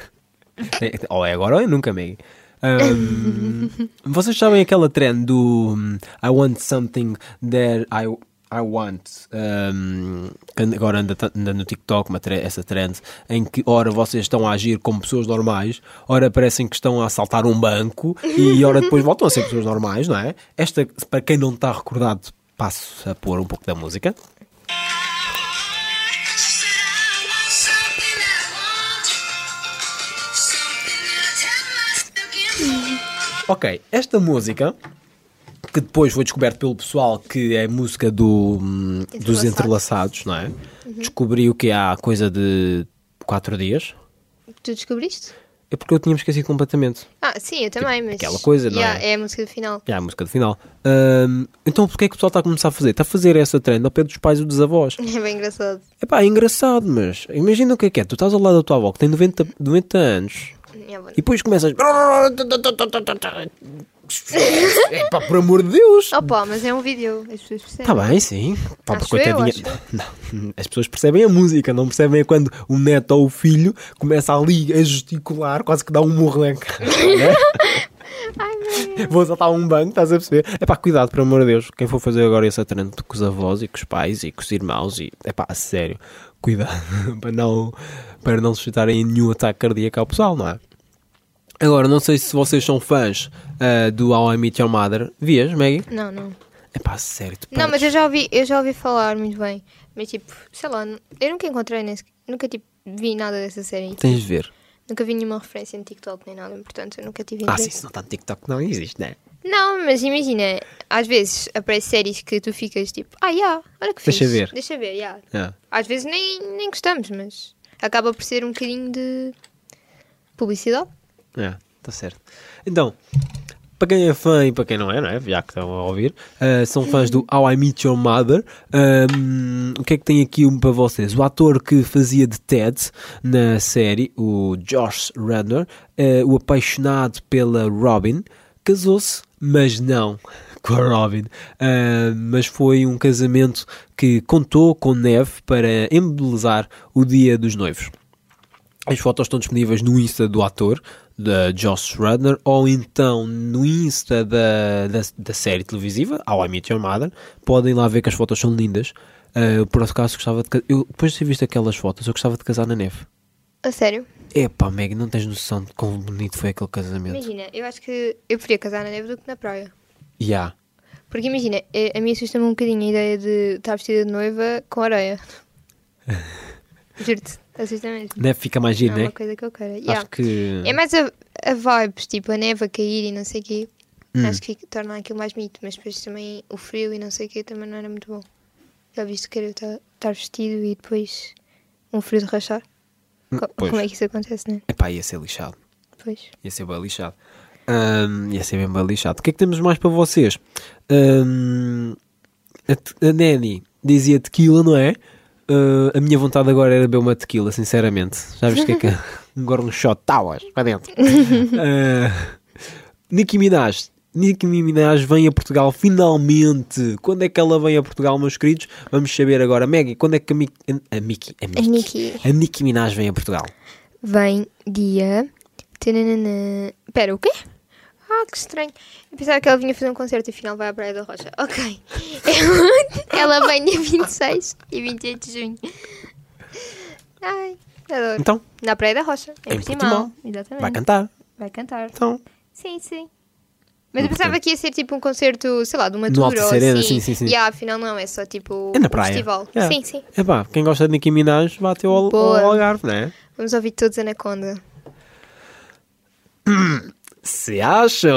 é- ou é agora ou é nunca, Maggie. Ahm, vocês sabem aquela trend do hum, I want something that I, I want, um, que agora anda, anda no TikTok uma tre- essa trend em que ora vocês estão a agir como pessoas normais, ora parecem que estão a assaltar um banco e ora depois voltam a ser pessoas normais, não é? Esta, para quem não está recordado, passo a pôr um pouco da música. Ok, esta música, que depois foi descoberto pelo pessoal que é música do, hum, dos entrelaçados, não é? Uhum. Descobri o que há coisa de quatro dias. Tu descobriste? É porque eu tinha-me esquecido completamente. Ah, sim, eu também, mas... aquela coisa, não Yeah, é? é a música do final. É a música do final. Hum, então porquê é que o pessoal está a começar a fazer? Está a fazer essa trend ao pé dos pais e dos avós. É bem engraçado. Epá, é engraçado, mas imagina o que é que é. Tu estás ao lado da tua avó que tem noventa, noventa anos Minha avó. e depois começas... Epá, por amor de Deus! Opa, mas é um vídeo, as pessoas percebem. Está bem, sim. Pá, Acho coitadinha. eu, Não, as pessoas percebem a música, não percebem é quando o neto ou o filho começa ali a gesticular, quase que dá um murro na cara. Né? Vou saltar um banco, estás a perceber? É pá, cuidado, pelo amor de Deus. Quem for fazer agora essa trend com os avós e com os pais e com os irmãos, e é pá, a sério, cuidado para não, para não suscitarem nenhum ataque cardíaco ao pessoal, não é? Agora, não sei se vocês são fãs uh, do How I Met Your Mother. Vias, Maggie? Não, não. É pá, sério. Tu Não, mas eu já ouvi, eu já ouvi falar muito bem. Mas tipo, sei lá, eu nunca encontrei, nesse, nunca tipo, vi nada dessa série. Tens de ver. Nunca vi nenhuma referência no TikTok nem nada, portanto eu nunca tive Ah, interesse. sim, se não está no TikTok não existe, não é? Não, mas imagina, às vezes aparecem séries que tu ficas tipo, ah, já, olha que fixe. Deixa ver. Deixa ver, já. Yeah. Às vezes nem, nem gostamos, mas acaba por ser um bocadinho de publicidade. É, está certo. Então, para quem é fã e para quem não é, não é? Já que estão a ouvir, uh, são fãs do How I Met Your Mother. Um, o que é que tem aqui um para vocês? O ator que fazia de Ted na série, o Josh Radnor, uh, o apaixonado pela Robin, casou-se, mas não com a Robin. Uh, mas foi um casamento que contou com neve para embelezar o dia dos noivos. As fotos estão disponíveis no Insta do ator, da Josh Radnor, ou então no Insta da, da, da série televisiva, How I Met Your Mother. Podem lá ver que as fotos são lindas. Uh, por acaso gostava de casar. Eu, depois de ter visto aquelas fotos, eu gostava de casar na neve. A sério? Epá, Meg, não tens noção de quão bonito foi aquele casamento. Imagina, eu acho que eu preferia casar na neve do que na praia. Já. Yeah. Porque imagina, a mim assusta-me um bocadinho a ideia de estar vestida de noiva com areia. Juro-te, assusta mesmo. Deve ficar mais giro, não né? É uma coisa que eu quero. Acho Yeah. que... É mais a, a vibes, tipo a neve a cair e não sei o quê. Hum. Acho que fica, torna aquilo mais bonito, mas depois também o frio e não sei o quê também não era muito bom. Já viste que quero estar vestido e depois um frio de rachar? Co- Pois. Como é que isso acontece, não é? Epá, ia ser lixado. Pois. Ia ser bem lixado. Hum, ia ser bem bem lixado. O que é que temos mais para vocês? Hum, a, te- a Nani dizia tequila, não é? Uh, a minha vontade agora era beber uma tequila, sinceramente. Já viste o que é que é? Agora um shot towers para dentro. uh, Nicki Minaj. Nicki Minaj vem a Portugal finalmente. Quando é que ela vem a Portugal, meus queridos? Vamos saber agora. Maggie, quando é que a Mickey... A Mickey... A A Mickey, Nicki a Nicki Minaj vem a Portugal? vem dia... Tananana. Espera, o quê? Ah, que estranho. Eu pensava que ela vinha fazer um concerto e afinal vai à Praia da Rocha. Ok. Ela vem dia vinte e seis e vinte e oito de junho. Ai, adoro. Então? Na Praia da Rocha, em, Em Portimão. Portimão. Exatamente. Vai cantar? Vai cantar. Então. Sim, sim. Mas eu pensava que ia ser tipo um concerto, sei lá, de uma No tour Alto ou Serena, assim. sim, sim, sim. E ah, afinal não, é só tipo É na um praia. festival. Yeah. Sim, sim. Epá, quem gosta de Nicki Minaj, vá até ao, Boa. ao Algarve, não é? Vamos ouvir todos Anaconda. Se acham...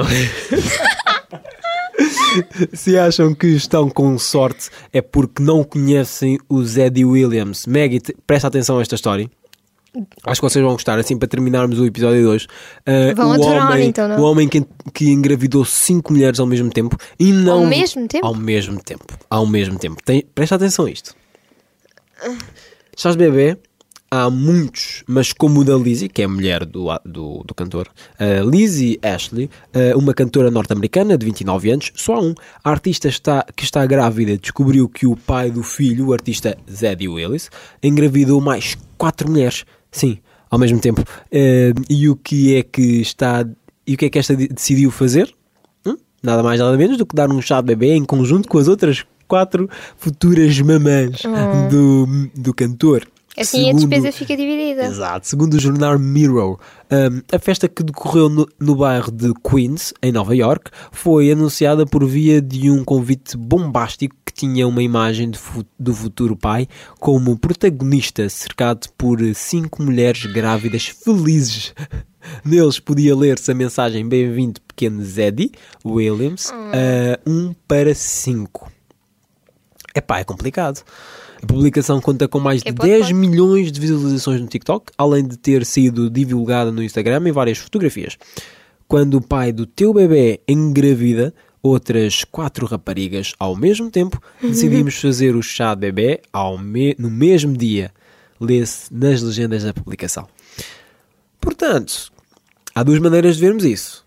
Se acham que estão com sorte é porque não conhecem o Zeddy Williams. Maggie, te- presta atenção a esta história. Acho que vocês vão gostar, assim, para terminarmos o episódio de hoje. Uh, Vão o adorar, homem, então, não? o homem que, que engravidou cinco mulheres ao mesmo tempo e não... Ao mesmo tempo? Ao mesmo tempo. Ao mesmo tempo. Tem, presta atenção a isto. Chás bebê, há muitos, mas como o da Lizzie, que é a mulher do, do, do cantor, uh, Lizzie Ashley, uh, uma cantora norte-americana de vinte e nove anos, só há um. A artista está, que está grávida descobriu que o pai do filho, o artista Zeddy Willis, engravidou mais quatro mulheres. Sim, ao mesmo tempo. Uh, e o que é que está... E o que é que esta de- decidiu fazer? Hum? Nada mais nada menos do que dar um chá de bebê em conjunto com as outras quatro futuras mamãs Oh. do, do cantor. Assim a despesa fica dividida. Exato. Segundo o jornal Mirror, um, a festa que decorreu no, no bairro de Queens, em Nova York, foi anunciada por via de um convite bombástico que tinha uma imagem de fu- do futuro pai como protagonista, cercado por cinco mulheres grávidas felizes. Neles podia ler-se a mensagem Bem-vindo, pequeno Zeddy Williams, uh, um para cinco. Epá, é complicado. A publicação conta com mais de dez milhões de visualizações no TikTok, além de ter sido divulgada no Instagram em várias fotografias. Quando o pai do teu bebê engravida outras quatro raparigas ao mesmo tempo, decidimos fazer o chá de bebê ao me- no mesmo dia. Lê-se nas legendas da publicação. Portanto, há duas maneiras de vermos isso.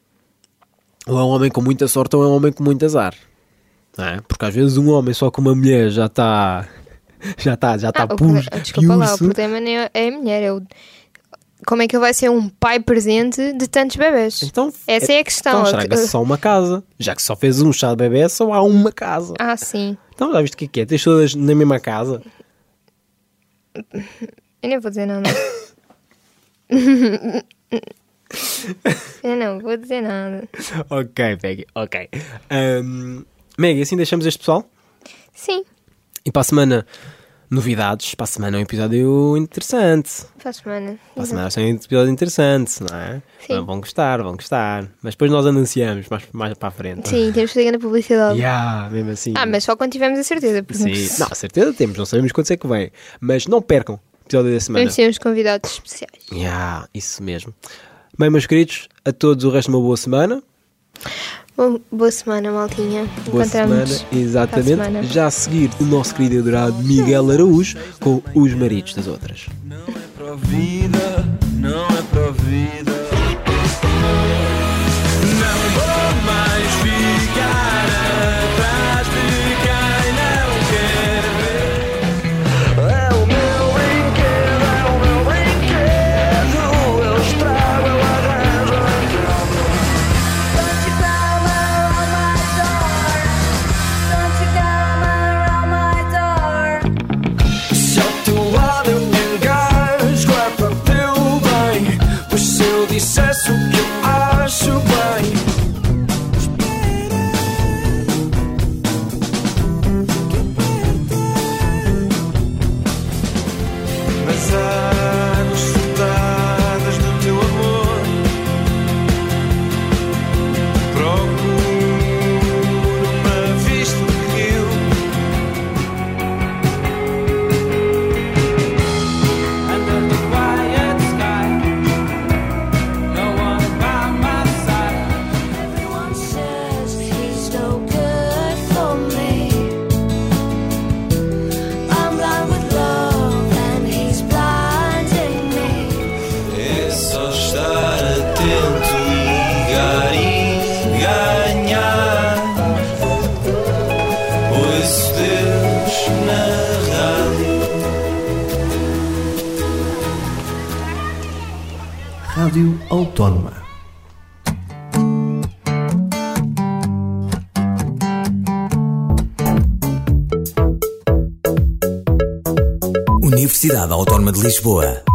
Ou é um homem com muita sorte ou é um homem com muito azar. Não é? Porque às vezes um homem só com uma mulher já está já está já está Ah, o pus, pro- Desculpa lá, o piuço. problema não é é a mulher, é o... Como é que ele vai ser um pai presente de tantos bebés? Então, essa é a questão. Então estraga-se só uma casa. Já que só fez um chá de bebê, só há uma casa. Ah, sim. Então já viste o que é que é? Tens todas na mesma casa? Eu nem vou dizer nada. Eu não vou dizer nada. Ok, Peggy, ok. Um, Maggie, assim deixamos este pessoal? Sim, E para a semana, novidades. Para a semana é um episódio interessante. para a semana. Para a semana é um episódio interessante, não é? Sim. Não, vão gostar, vão gostar. Mas depois nós anunciamos mais, mais para a frente. Sim, temos que fazer na publicidade. Yeah, mesmo assim. Ah, mas só quando tivermos a certeza. porque Sim. Não, certeza temos, não sabemos quanto é que vem. Mas não percam o episódio da semana. Vamos ser uns convidados especiais. Yeah, isso mesmo. Bem, meus queridos, a todos o resto de uma boa semana. Bom, boa semana, maltinha. Boa semana, Encontramos exatamente. para a semana. Já a seguir o nosso querido e adorado Miguel Araújo com Os Maridos das Outras. Pra vida, não é pra vida. Não vou mais ficar atrás de quem não quer ver. É o meu brinquedo, é o meu brinquedo. Eu estrago, eu arranjo. Don't you come around my door. Don't you come around my door. Se ao teu lado eu me engasgo é para teu bem. Pois se eu dissesse o que eu acho bem, Rádio Autónoma. Universidade Autónoma de Lisboa.